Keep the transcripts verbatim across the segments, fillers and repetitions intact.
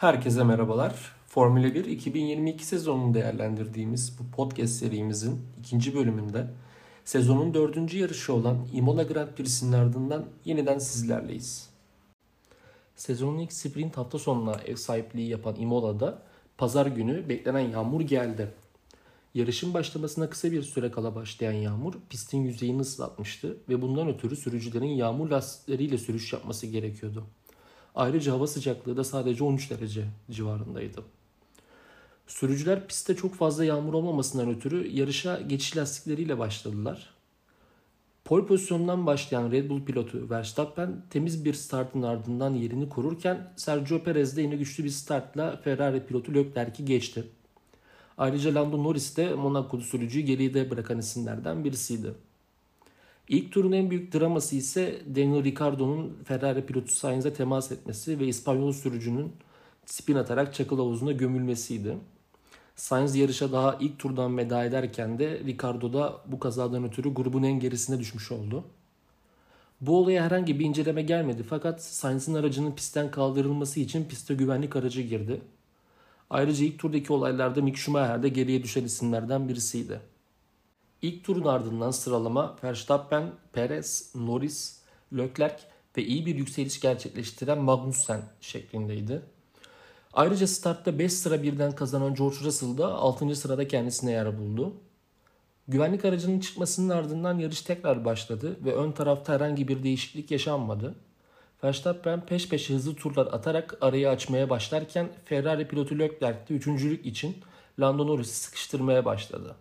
Herkese merhabalar. Formula bir iki bin yirmi iki sezonunu değerlendirdiğimiz bu podcast serimizin ikinci bölümünde sezonun dördüncü yarışı olan Imola Grand Prix'sinin ardından yeniden sizlerleyiz. Sezonun ilk sprint hafta sonuna ev sahipliği yapan Imola'da pazar günü beklenen yağmur geldi. Yarışın başlamasına kısa bir süre kala başlayan yağmur pistin yüzeyini ıslatmıştı ve bundan ötürü sürücülerin yağmur lastikleriyle sürüş yapması gerekiyordu. Ayrıca hava sıcaklığı da sadece on üç derece civarındaydı. Sürücüler pistte çok fazla yağmur olmamasından ötürü yarışa geçiş lastikleriyle başladılar. Pole pozisyonundan başlayan Red Bull pilotu Verstappen temiz bir startın ardından yerini korurken Sergio Perez de yine güçlü bir startla Ferrari pilotu Leclerc'i geçti. Ayrıca Lando Norris de Monaco'lu sürücüyü geride bırakan isimlerden birisiydi. İlk turun en büyük draması ise Daniel Ricciardo'nun Ferrari pilotu Sainz'e temas etmesi ve İspanyol sürücünün spin atarak çakıl havuzuna gömülmesiydi. Sainz yarışa daha ilk turdan veda ederken de Ricciardo da bu kazadan ötürü grubun en gerisine düşmüş oldu. Bu olaya herhangi bir inceleme gelmedi fakat Sainz'in aracının pistten kaldırılması için piste güvenlik aracı girdi. Ayrıca ilk turdaki olaylarda Mick Schumacher de geriye düşen isimlerden birisiydi. İlk turun ardından sıralama Verstappen, Perez, Norris, Leclerc ve iyi bir yükseliş gerçekleştiren Magnussen şeklindeydi. Ayrıca startta beş sıra birden kazanan George Russell da altıncı sırada kendisine yer buldu. Güvenlik aracının çıkmasının ardından yarış tekrar başladı ve ön tarafta herhangi bir değişiklik yaşanmadı. Verstappen peş peşe hızlı turlar atarak arayı açmaya başlarken Ferrari pilotu Leclerc de üçüncülük için Lando Norris'i sıkıştırmaya başladı.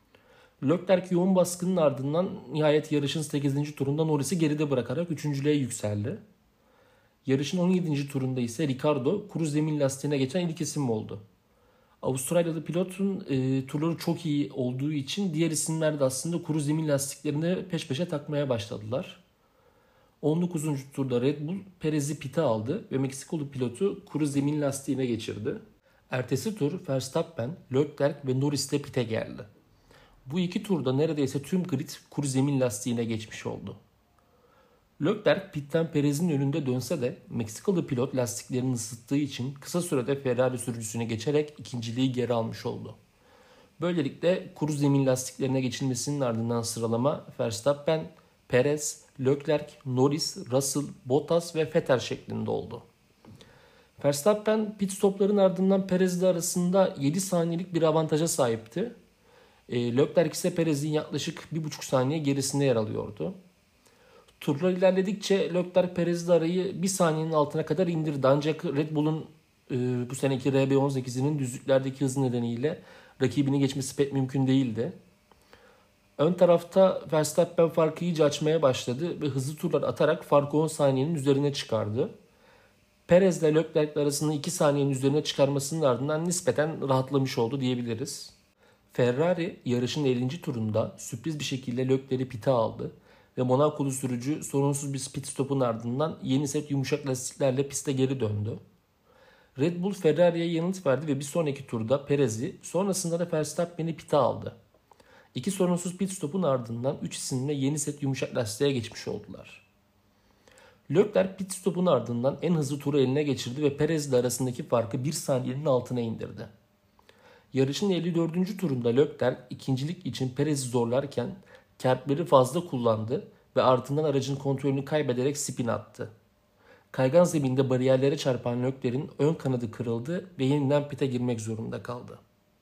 Leclerc yoğun baskının ardından nihayet yarışın sekizinci turunda Norris'i geride bırakarak üçüncülüğe yükseldi. Yarışın on yedinci turunda ise Ricciardo kuru zemin lastiğine geçen ilk isim oldu. Avustralyalı pilotun e, turları çok iyi olduğu için diğer isimler de aslında kuru zemin lastiklerini peş peşe takmaya başladılar. on dokuzuncu turda Red Bull Perez'i pite aldı ve Meksikolu pilotu kuru zemin lastiğine geçirdi. Ertesi tur Verstappen, Leclerc ve Norris de pite geldi. Bu iki turda neredeyse tüm grid kuru zemin lastiğine geçmiş oldu. Leclerc pitten Perez'in önünde dönse de Meksikalı pilot lastiklerini ısıttığı için kısa sürede Ferrari sürücüsüne geçerek ikinciliği geri almış oldu. Böylelikle kuru zemin lastiklerine geçilmesinin ardından sıralama Verstappen, Perez, Leclerc, Norris, Russell, Bottas ve Vettel şeklinde oldu. Verstappen pit stopların ardından Perez ile arasında yedi saniyelik bir avantaja sahipti. E, Leclerc ise Perez'in yaklaşık bir buçuk saniye gerisinde yer alıyordu. Turlar ilerledikçe Leclerc Perez'le arayı bir saniyenin altına kadar indirdi. Ancak Red Bull'un e, bu seneki R B on sekizinin düzlüklerdeki hızı nedeniyle rakibini geçmesi pek mümkün değildi. Ön tarafta Verstappen farkı iyice açmaya başladı ve hızlı turlar atarak farkı on saniyenin üzerine çıkardı. Perez ile Leclerc arasında iki saniyenin üzerine çıkarmasının ardından nispeten rahatlamış oldu diyebiliriz. Ferrari yarışın ellinci turunda sürpriz bir şekilde Leclerc'i pite aldı ve Monaco'lu sürücü sorunsuz bir pit stopun ardından yeni set yumuşak lastiklerle piste geri döndü. Red Bull Ferrari'ye yanıt verdi ve bir sonraki turda Perez'i, sonrasında da Verstappen'i pite aldı. İki sorunsuz pit stopun ardından üç isimle yeni set yumuşak lastiğe geçmiş oldular. Leclerc pit stopun ardından en hızlı turu eline geçirdi ve Perez ile arasındaki farkı bir saniyenin altına indirdi. Yarışın elli dördüncü turunda Leclerc ikincilik için Perez'i zorlarken kertleri fazla kullandı ve ardından aracın kontrolünü kaybederek spin attı. Kaygan zeminde bariyerlere çarpan Leclerc'in ön kanadı kırıldı ve yeniden pite girmek zorunda kaldı.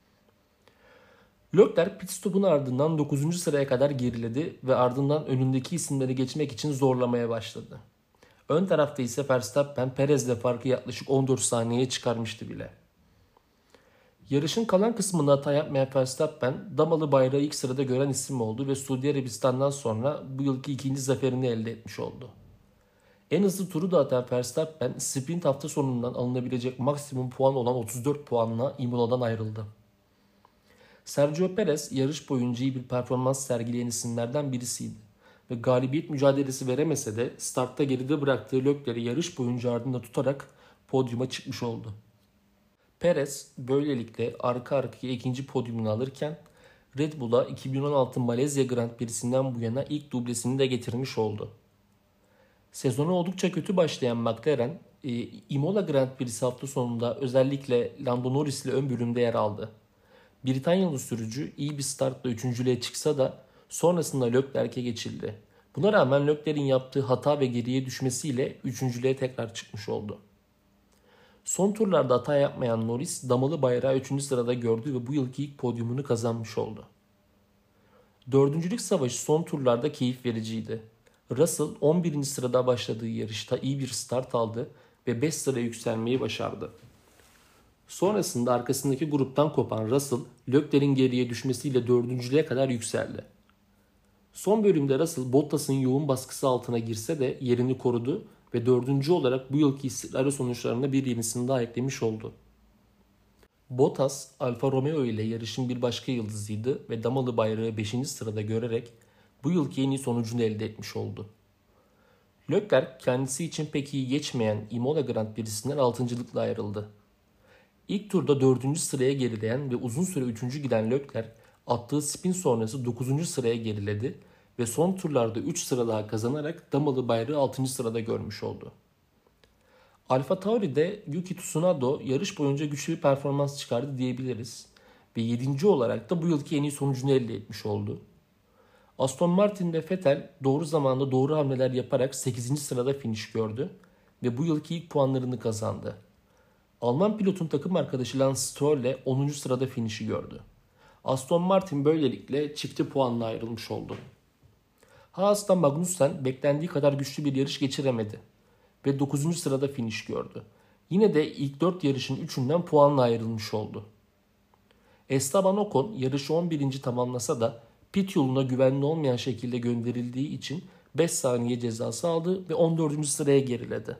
Leclerc pit stopun ardından dokuzuncu sıraya kadar geriledi ve ardından önündeki isimleri geçmek için zorlamaya başladı. Ön tarafta ise Verstappen Perez'le farkı yaklaşık on dört saniyeye çıkarmıştı bile. Yarışın kalan kısmında hata yapmayan Verstappen, damalı bayrağı ilk sırada gören isim oldu ve Suudi Arabistan'dan sonra bu yılki ikinci zaferini elde etmiş oldu. En hızlı turu da atan Verstappen, sprint hafta sonundan alınabilecek maksimum puan olan otuz dört puanla Imola'dan ayrıldı. Sergio Perez yarış boyunca iyi bir performans sergileyen isimlerden birisiydi ve galibiyet mücadelesi veremese de startta geride bıraktığı Leclerc'i yarış boyunca ardında tutarak podyuma çıkmış oldu. Perez böylelikle arka arkaya ikinci podyumunu alırken Red Bull'a iki bin on altı Malezya Grand Prix'sinden bu yana ilk dublesini de getirmiş oldu. Sezonu oldukça kötü başlayan McLaren E, Imola Grand Prix'si hafta sonunda özellikle Lando Norris ile ön bölümde yer aldı. Britanyalı sürücü iyi bir startla üçüncülüğe çıksa da sonrasında Leclerc'e geçildi. Buna rağmen Leclerc'in yaptığı hata ve geriye düşmesiyle üçüncülüğe tekrar çıkmış oldu. Son turlarda hata yapmayan Norris damalı bayrağı üçüncü sırada gördü ve bu yılki ilk podyumunu kazanmış oldu. Dördüncülük savaşı son turlarda keyif vericiydi. Russell on birinci sırada başladığı yarışta iyi bir start aldı ve beş sıra yükselmeyi başardı. Sonrasında arkasındaki gruptan kopan Russell, Leclerc'in geriye düşmesiyle dördüncülüğe kadar yükseldi. Son bölümde Russell, Bottas'ın yoğun baskısı altına girse de yerini korudu ve dördüncü olarak bu yılki istikrarlı sonuçlarına bir yenisini daha eklemiş oldu. Bottas, Alfa Romeo ile yarışın bir başka yıldızıydı ve damalı bayrağı beşinci sırada görerek bu yılki en iyi sonucunu elde etmiş oldu. Leclerc kendisi için pek iyi geçmeyen Imola Grand Prix'sinden altıncılıkla ayrıldı. İlk turda dördüncü sıraya gerileyen ve uzun süre üçüncü giden Leclerc attığı spin sonrası dokuzuncu sıraya geriledi ve son turlarda üç sıra daha kazanarak damalı bayrağı altıncı sırada görmüş oldu. AlphaTauri'de Yuki Tsunoda yarış boyunca güçlü bir performans çıkardı diyebiliriz ve yedinci olarak da bu yılki en iyi sonucunu elde etmiş oldu. Aston Martin'de Vettel doğru zamanda doğru hamleler yaparak sekizinci sırada finish gördü ve bu yılki ilk puanlarını kazandı. Alman pilotun takım arkadaşı Lance Stroll ile onuncu sırada finişi gördü. Aston Martin böylelikle çifti puanla ayrılmış oldu. Haas'tan Magnussen beklendiği kadar güçlü bir yarış geçiremedi ve dokuzuncu sırada finiş gördü. Yine de ilk dört yarışın üçünden puanla ayrılmış oldu. Esteban Ocon yarışı on birinci tamamlasa da pit yoluna güvenli olmayan şekilde gönderildiği için beş saniye cezası aldı ve on dördüncü sıraya geriledi.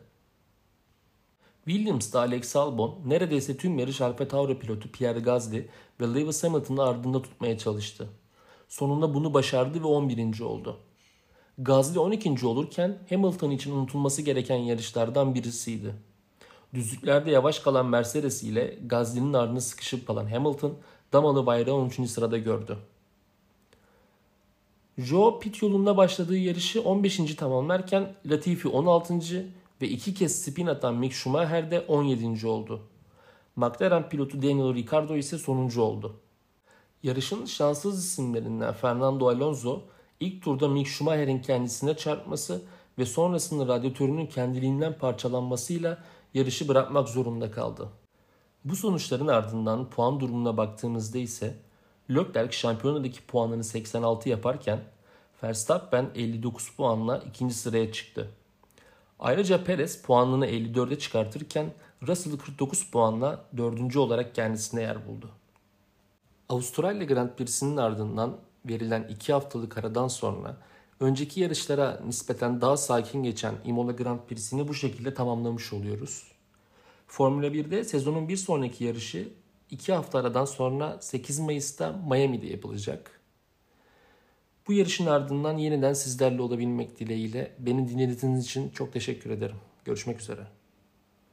Williams'ta Alex Albon neredeyse tüm yarış AlphaTauri pilotu Pierre Gasly ve Lewis Hamilton'ı ardında tutmaya çalıştı. Sonunda bunu başardı ve on birinci oldu. Gasly on ikinci olurken Hamilton için unutulması gereken yarışlardan birisiydi. Düzlüklerde yavaş kalan Mercedes ile Gasly'nin ardına sıkışıp kalan Hamilton damalı bayrağı on üçüncü sırada gördü. Zhou pit yolunda başladığı yarışı on beşinci tamamlarken Latifi on altıncı ve iki kez spin atan Mick Schumacher de on yedinci oldu. McLaren pilotu Daniel Ricciardo ise sonuncu oldu. Yarışın şanssız isimlerinden Fernando Alonso ilk turda Mick Schumacher'in kendisine çarpması ve sonrasında radyatörünün kendiliğinden parçalanmasıyla yarışı bırakmak zorunda kaldı. Bu sonuçların ardından puan durumuna baktığımızda ise Leclerc şampiyonadaki puanını seksen altı yaparken Verstappen elli dokuz puanla ikinci sıraya çıktı. Ayrıca Perez puanını elli dörde çıkartırken Russell kırk dokuz puanla dördüncü olarak kendisine yer buldu. Avustralya Grand Prix'sinin ardından verilen iki haftalık aradan sonra önceki yarışlara nispeten daha sakin geçen Imola Grand Prix'sini bu şekilde tamamlamış oluyoruz. Formula birde sezonun bir sonraki yarışı iki hafta aradan sonra sekiz Mayıs'ta Miami'de yapılacak. Bu yarışın ardından yeniden sizlerle olabilmek dileğiyle beni dinlediğiniz için çok teşekkür ederim. Görüşmek üzere.